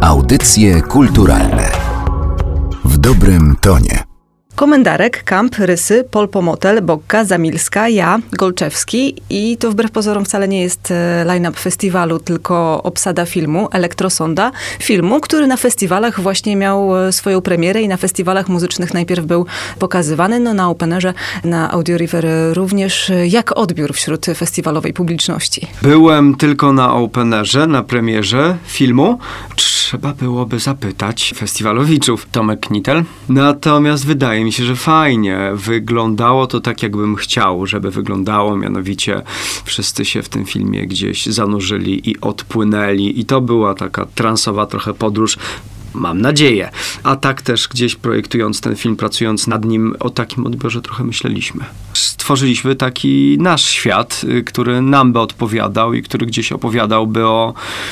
Audycje kulturalne w dobrym tonie. Komendarek, Kamp, Rysy, Polpomotel, Bokka, Zamilska, ja, Golczewski i to wbrew pozorom wcale nie jest line-up festiwalu, tylko obsada filmu, Elektrosonda, filmu, który na festiwalach właśnie miał swoją premierę i na festiwalach muzycznych najpierw był pokazywany, na Openerze, na Audio River również. Jak odbiór wśród festiwalowej publiczności? Byłem tylko na Openerze, na premierze filmu. Trzeba byłoby zapytać festiwalowiczów. Tomek Knitel. Natomiast wydaje mi się, że fajnie. Wyglądało to tak, jakbym chciał, żeby wyglądało. Mianowicie wszyscy się w tym filmie gdzieś zanurzyli i odpłynęli. I to była taka transowa trochę podróż. Mam nadzieję. A tak też gdzieś projektując ten film, pracując nad nim, o takim odbiorze trochę myśleliśmy. Stworzyliśmy taki nasz świat, który nam by odpowiadał i który gdzieś opowiadałby o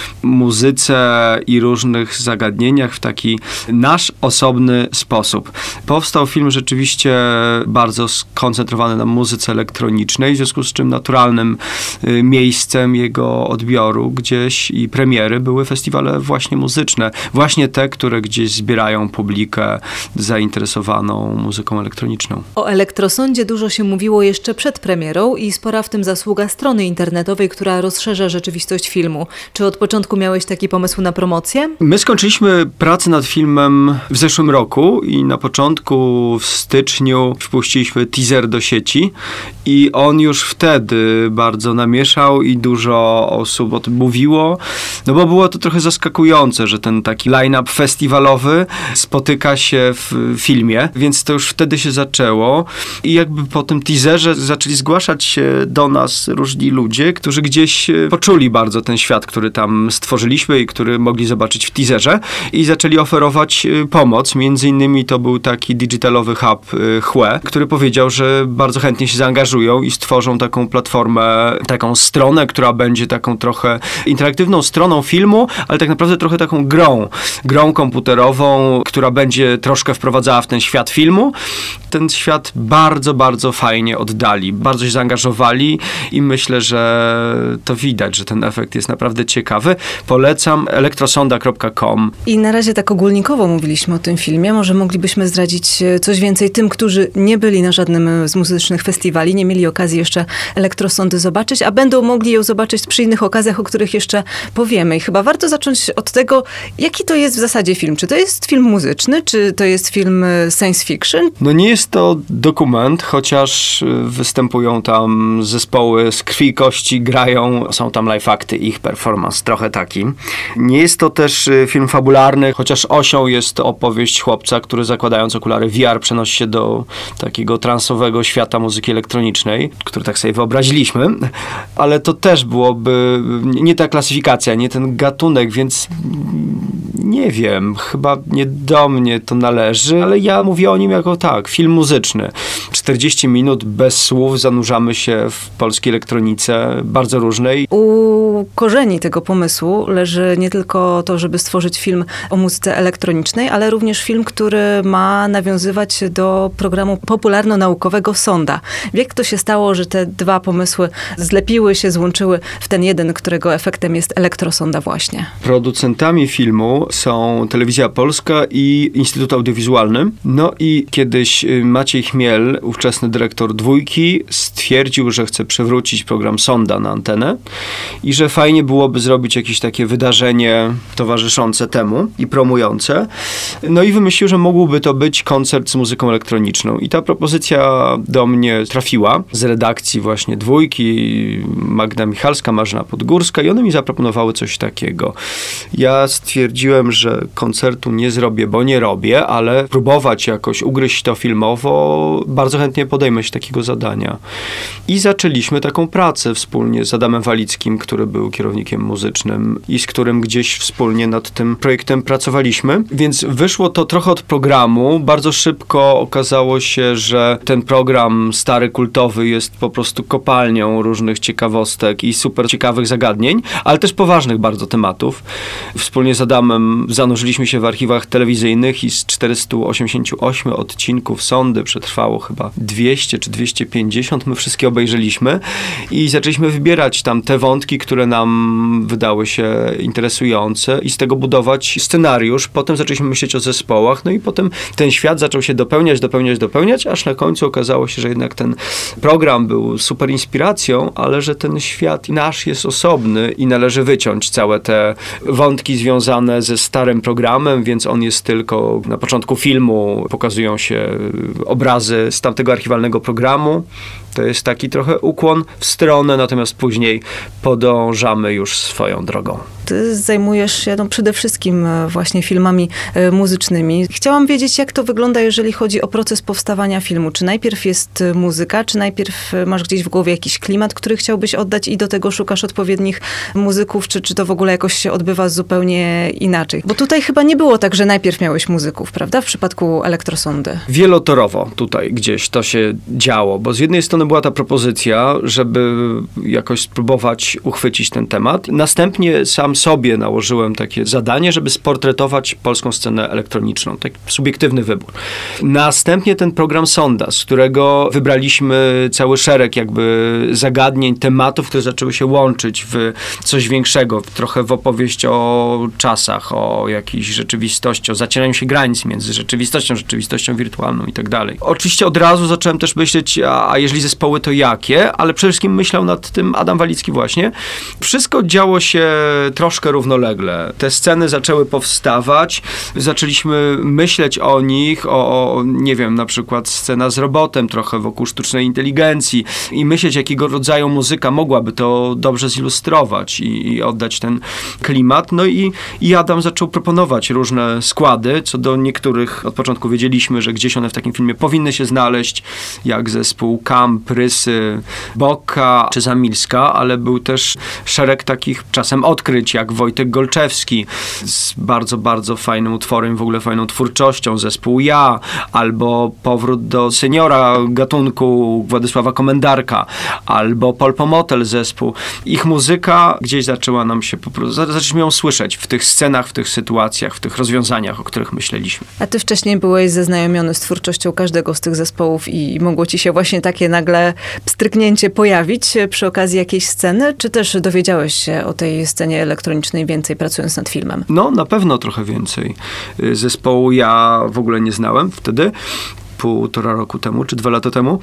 muzyce i różnych zagadnieniach w taki nasz osobny sposób. Powstał film rzeczywiście bardzo skoncentrowany na muzyce elektronicznej, w związku z czym naturalnym miejscem jego odbioru gdzieś i premiery były festiwale właśnie muzyczne. Właśnie te, które gdzieś zbierają publikę zainteresowaną muzyką elektroniczną. O Elektrosondzie dużo się mówiło jeszcze przed premierą i spora w tym zasługa strony internetowej, która rozszerza rzeczywistość filmu. Czy od początku miałeś taki pomysł na promocję? My skończyliśmy pracę nad filmem w zeszłym roku i na początku w styczniu wpuściliśmy teaser do sieci i on już wtedy bardzo namieszał i dużo osób o tym mówiło, no bo było to trochę zaskakujące, że ten taki line-up festiwalowy spotyka się w filmie, więc to już wtedy się zaczęło i jakby po tym teaserze zaczęli zgłaszać się do nas różni ludzie, którzy gdzieś poczuli bardzo ten świat, który tam stworzyliśmy i który mogli zobaczyć w teaserze i zaczęli oferować pomoc. Między innymi to był taki digitalowy hub Chłe, który powiedział, że bardzo chętnie się zaangażują i stworzą taką platformę, taką stronę, która będzie taką trochę interaktywną stroną filmu, ale tak naprawdę trochę taką grą komputerową, która będzie troszkę wprowadzała w ten świat filmu. Ten świat bardzo, bardzo fajnie oddali, bardzo się zaangażowali i myślę, że to widać, że ten efekt jest naprawdę ciekawy. Polecam elektrosonda.com. I na razie tak ogólnikowo mówiliśmy o tym filmie. Może moglibyśmy zdradzić coś więcej tym, którzy nie byli na żadnym z muzycznych festiwali, nie mieli okazji jeszcze Elektrosondy zobaczyć, a będą mogli ją zobaczyć przy innych okazjach, o których jeszcze powiemy. I chyba warto zacząć od tego, jaki to jest w zasadzie film. Czy to jest film muzyczny, czy to jest film science fiction? No nie jest to dokument, chociaż występują tam zespoły z krwi i kości, grają, są tam live akty, ich performance trochę taki. Nie jest to też film fabularny, chociaż osią jest opowieść chłopca, który zakładając okulary VR przenosi się do takiego transowego świata muzyki elektronicznej, który tak sobie wyobraziliśmy, ale to też byłoby nie ta klasyfikacja, nie ten gatunek, więc nie wiem, chyba nie do mnie to należy, ale ja mówię o nim jako tak, film muzyczny. 40 minut bez słów zanurzamy się w polskiej elektronice, bardzo różnej. U korzeni tego pomysłu leży nie tylko to, żeby stworzyć film o muzyce elektronicznej, ale również film, który ma nawiązywać do programu popularno-naukowego Sonda. Jak to się stało, że te dwa pomysły zlepiły się, złączyły w ten jeden, którego efektem jest Elektrosonda właśnie? Producentami filmu są Telewizja Polska i Instytut Audiowizualny. No i kiedyś Maciej Chmiel, ówczesny dyrektor Dwójki, stwierdził, że chce przywrócić program Sonda na antenę i że fajnie byłoby zrobić jakieś takie wydarzenie towarzyszące temu i promujące. No i wymyślił, że mógłby to być koncert z muzyką elektroniczną. I ta propozycja do mnie trafiła z redakcji właśnie Dwójki, Magda Michalska, Marzena Podgórska i one mi zaproponowały coś takiego. Ja stwierdziłem, że koncertu nie zrobię, bo nie robię, ale próbować jakoś ugryźć to filmowo, bardzo chętnie podejmę się takiego zadania. I zaczęliśmy taką pracę wspólnie z Adamem Walickim, który był kierownikiem muzycznym i z którym gdzieś wspólnie nad tym projektem pracowaliśmy. Więc wyszło to trochę od programu. Bardzo szybko okazało się, że ten program stary, kultowy jest po prostu kopalnią różnych ciekawostek i super ciekawych zagadnień, ale też poważnych bardzo tematów. Wspólnie z Adamem zanurzyliśmy zanurzyliśmy się w archiwach telewizyjnych i z 488 odcinków sondy przetrwało chyba 200 czy 250. My wszystkie obejrzeliśmy i zaczęliśmy wybierać tam te wątki, które nam wydały się interesujące i z tego budować scenariusz. Potem zaczęliśmy myśleć o zespołach, no i potem ten świat zaczął się dopełniać, aż na końcu okazało się, że jednak ten program był super inspiracją, ale że ten świat nasz jest osobny i należy wyciąć całe te wątki związane ze starym programem, więc on jest tylko na początku filmu, pokazują się obrazy z tamtego archiwalnego programu. To jest taki trochę ukłon w stronę, natomiast później podążamy już swoją drogą. Ty zajmujesz się przede wszystkim właśnie filmami muzycznymi. Chciałam wiedzieć, jak to wygląda, jeżeli chodzi o proces powstawania filmu. Czy najpierw jest muzyka, czy najpierw masz gdzieś w głowie jakiś klimat, który chciałbyś oddać i do tego szukasz odpowiednich muzyków, czy to w ogóle jakoś się odbywa zupełnie inaczej? Bo tutaj chyba nie było tak, że najpierw miałeś muzyków, prawda? W przypadku Elektrosondy. Wielotorowo tutaj gdzieś to się działo, bo z jednej strony była ta propozycja, żeby jakoś spróbować uchwycić ten temat. Następnie sam sobie nałożyłem takie zadanie, żeby sportretować polską scenę elektroniczną. Tak subiektywny wybór. Następnie ten program Sonda, z którego wybraliśmy cały szereg jakby zagadnień, tematów, które zaczęły się łączyć w coś większego, trochę w opowieść o czasach, o jakiejś rzeczywistości, o zacieraniu się granic między rzeczywistością wirtualną i tak dalej. Oczywiście od razu zacząłem też myśleć, a jeżeli zespoły, to jakie? Ale przede wszystkim myślał nad tym Adam Walicki właśnie. Wszystko działo się troszkę równolegle. Te sceny zaczęły powstawać, zaczęliśmy myśleć o nich, nie wiem, na przykład scena z robotem, trochę wokół sztucznej inteligencji i myśleć, jakiego rodzaju muzyka mogłaby to dobrze zilustrować i oddać ten klimat. No i Adam zaczął proponować różne składy, co do niektórych od początku wiedzieliśmy, że gdzieś one w takim filmie powinny się znaleźć, jak zespół Kamp, Rysy, Bokka czy Zamilska, ale był też szereg takich czasem odkryć, jak Wojtek Golczewski z bardzo, bardzo fajnym utworem, w ogóle fajną twórczością, zespół Ja, albo powrót do seniora gatunku Władysława Komendarka, albo Polpomotel zespół. Ich muzyka gdzieś zaczęła nam się po prostu, zaczęliśmy ją słyszeć w tych scenach, w tych sytuacjach, w tych rozwiązaniach, o których myśleliśmy. A ty wcześniej byłeś zaznajomiony z twórczością każdego z tych zespołów i mogło ci się właśnie takie nagle pstryknięcie pojawić przy okazji jakiejś sceny, czy też dowiedziałeś się o tej scenie elektronicznej więcej pracując nad filmem? No, na pewno trochę więcej. Zespołu Ja w ogóle nie znałem wtedy. 1,5 roku temu, czy 2 lata temu,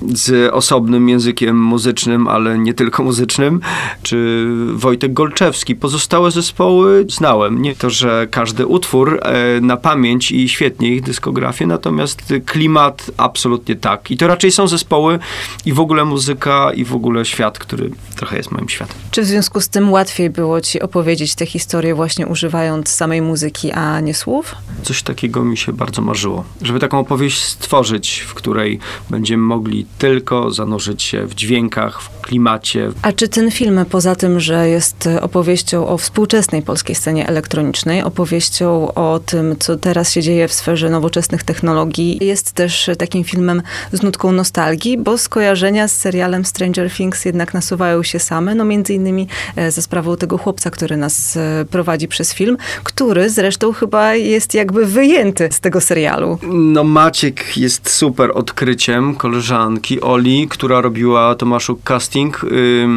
z osobnym językiem muzycznym, ale nie tylko muzycznym, czy Wojtek Golczewski. Pozostałe zespoły znałem. Nie to, że każdy utwór na pamięć i świetnie ich dyskografię, natomiast klimat absolutnie tak. I to raczej są zespoły i w ogóle muzyka i w ogóle świat, który trochę jest moim światem. Czy w związku z tym łatwiej było ci opowiedzieć tę historię właśnie używając samej muzyki, a nie słów? Coś takiego mi się bardzo marzyło. Żeby taką opowieść stworzyć, w której będziemy mogli tylko zanurzyć się w dźwiękach, w klimacie. A czy ten film, poza tym, że jest opowieścią o współczesnej polskiej scenie elektronicznej, opowieścią o tym, co teraz się dzieje w sferze nowoczesnych technologii, jest też takim filmem z nutką nostalgii, bo skojarzenia z serialem Stranger Things jednak nasuwają się same, no między innymi ze sprawą tego chłopca, który nas prowadzi przez film, który zresztą chyba jest jakby wyjęty z tego serialu. No Maciek jest super odkryciem koleżanki Oli, która robiła Tomaszu casting.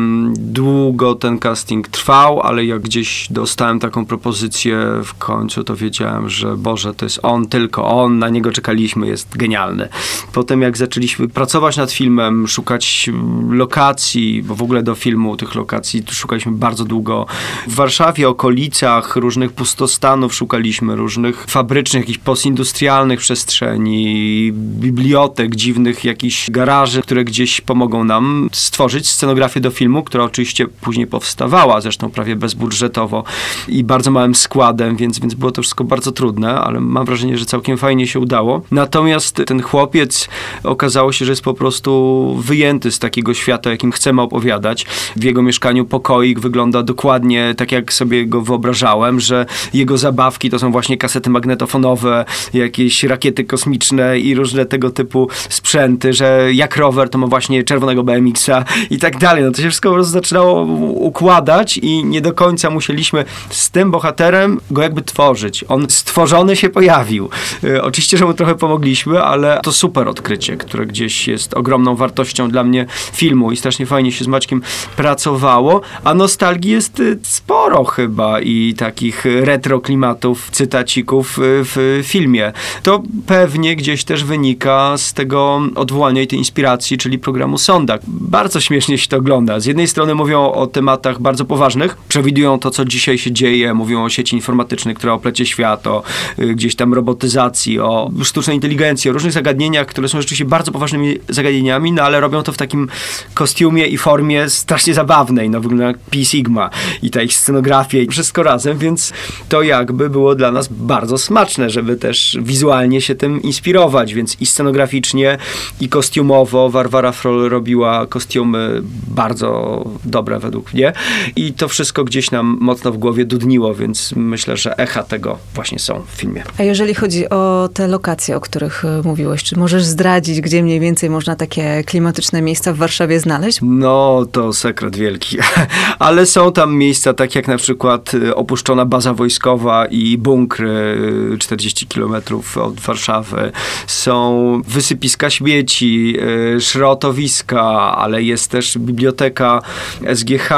Długo ten casting trwał, ale jak gdzieś dostałem taką propozycję w końcu, to wiedziałem, że Boże, to jest on, tylko on, na niego czekaliśmy, jest genialny. Potem jak zaczęliśmy pracować nad filmem, szukać lokacji, bo w ogóle do filmu tych lokacji szukaliśmy bardzo długo. W Warszawie, okolicach, różnych pustostanów szukaliśmy, różnych fabrycznych, jakichś postindustrialnych przestrzeni, bibliotek, dziwnych jakichś garaży, które gdzieś pomogą nam stworzyć scenografię do filmu, która oczywiście później powstawała, zresztą prawie bezbudżetowo i bardzo małym składem, więc było to wszystko bardzo trudne, ale mam wrażenie, że całkiem fajnie się udało. Natomiast ten chłopiec okazało się, że jest po prostu wyjęty z takiego świata, jakim chcemy opowiadać. W jego mieszkaniu pokoik wygląda dokładnie tak, jak sobie go wyobrażałem, że jego zabawki to są właśnie kasety magnetofonowe, jakieś rakiety kosmiczne i różne tego typu sprzęty, że jak rower to ma właśnie czerwonego BMX-a i tak dalej. No to się wszystko po prostu zaczynało układać i nie do końca musieliśmy z tym bohaterem go jakby tworzyć. On stworzony się pojawił. Oczywiście, że mu trochę pomogliśmy, ale to super odkrycie, które gdzieś jest ogromną wartością dla mnie filmu i strasznie fajnie się z Maćkiem pracowało, a nostalgii jest sporo chyba i takich retro klimatów, cytacików w filmie. To pewnie gdzieś też wynika z tego odwołania i tej inspiracji, czyli programu Sonda. Bardzo śmiesznie się to ogląda. Z jednej strony mówią o tematach bardzo poważnych, przewidują to, co dzisiaj się dzieje, mówią o sieci informatycznej, która oplecie świat, o gdzieś tam robotyzacji, o sztucznej inteligencji, o różnych zagadnieniach, które są rzeczywiście bardzo poważnymi zagadnieniami, no ale robią to w takim kostiumie i formie strasznie zabawnej, no wygląda jak Pi Sigma i ta ich scenografia i wszystko razem, więc to jakby było dla nas bardzo smaczne, żeby też wizualnie się tym inspirować, więc i scenograficznie, i kostiumowo Warwara Frol robiła kostiumy bardzo dobre według mnie i to wszystko gdzieś nam mocno w głowie dudniło, więc myślę, że echa tego właśnie są w filmie. A jeżeli chodzi o te lokacje, o których mówiłeś, czy możesz zdradzić, gdzie mniej więcej można takie klimatyczne miejsca w Warszawie znaleźć? No, to sekret wielki. Ale są tam miejsca, tak jak na przykład opuszczona baza wojskowa i bunkry 40 kilometrów od Warszawy. Są wysypiska śmieci, szrotowiska, ale jest też biblioteka SGH,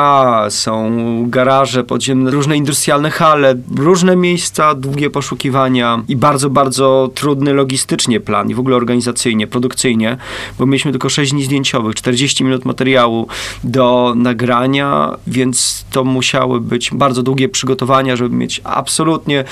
są garaże podziemne, różne industrialne hale, różne miejsca, długie poszukiwania i bardzo, bardzo trudny logistycznie plan i w ogóle organizacyjnie, produkcyjnie, bo mieliśmy tylko 6 dni zdjęciowych, 40 minut materiału do nagrania, więc to musiały być bardzo długie przygotowania, żeby mieć absolutnie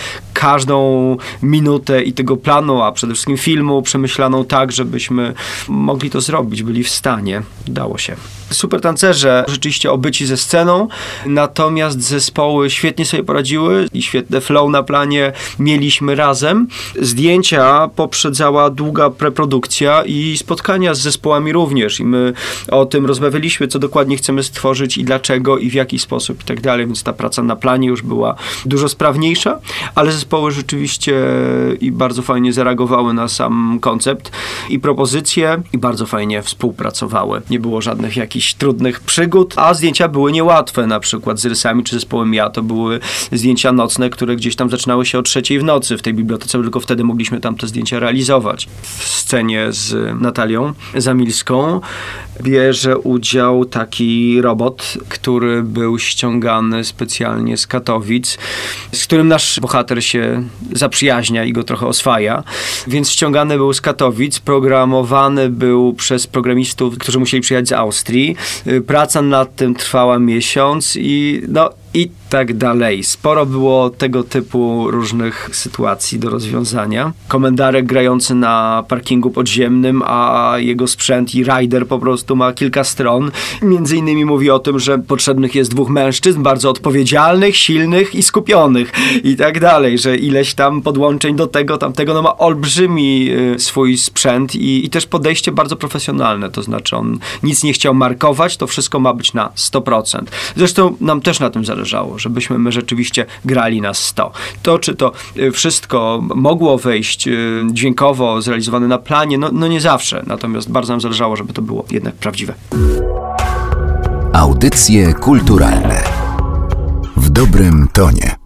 każdą minutę i tego planu, a przede wszystkim filmu przemyślaną tak, żebyśmy mogli to zrobić, byli w stanie. Udało się. Super tancerze rzeczywiście obyci ze sceną, natomiast zespoły świetnie sobie poradziły i świetne flow na planie mieliśmy razem. Zdjęcia poprzedzała długa preprodukcja i spotkania z zespołami również i my o tym rozmawialiśmy, co dokładnie chcemy stworzyć i dlaczego i w jaki sposób i tak dalej, więc ta praca na planie już była dużo sprawniejsza, ale zespoły rzeczywiście i bardzo fajnie zareagowały na sam koncept i propozycje i bardzo fajnie współpracowały. Nie było żadnych jakichś trudnych przygód, a zdjęcia były niełatwe, na przykład z Rysami czy zespołem Ja, to były zdjęcia nocne, które gdzieś tam zaczynały się o 3:00 w nocy w tej bibliotece, tylko wtedy mogliśmy tam te zdjęcia realizować. W scenie z Natalią Zamilską bierze udział taki robot, który był ściągany specjalnie z Katowic, z którym nasz bohater się zaprzyjaźnia i go trochę oswaja, więc ściągany był z Katowic, programowany był przez programistów, którzy musieli przyjechać z Austrii. Praca nad tym trwała miesiąc i tak dalej. Sporo było tego typu różnych sytuacji do rozwiązania. Komendarek grający na parkingu podziemnym, a jego sprzęt i rider po prostu ma kilka stron. Między innymi mówi o tym, że potrzebnych jest 2 mężczyzn, bardzo odpowiedzialnych, silnych i skupionych i tak dalej, że ileś tam podłączeń do tego, tamtego, no ma olbrzymi swój sprzęt i też podejście bardzo profesjonalne, to znaczy on nic nie chciał markować, to wszystko ma być na 100%. Zresztą nam też na tym zależało, żebyśmy my rzeczywiście grali na 100. To, czy to wszystko mogło wejść dźwiękowo, zrealizowane na planie, no nie zawsze. Natomiast bardzo nam zależało, żeby to było jednak prawdziwe. Audycje kulturalne w dobrym tonie.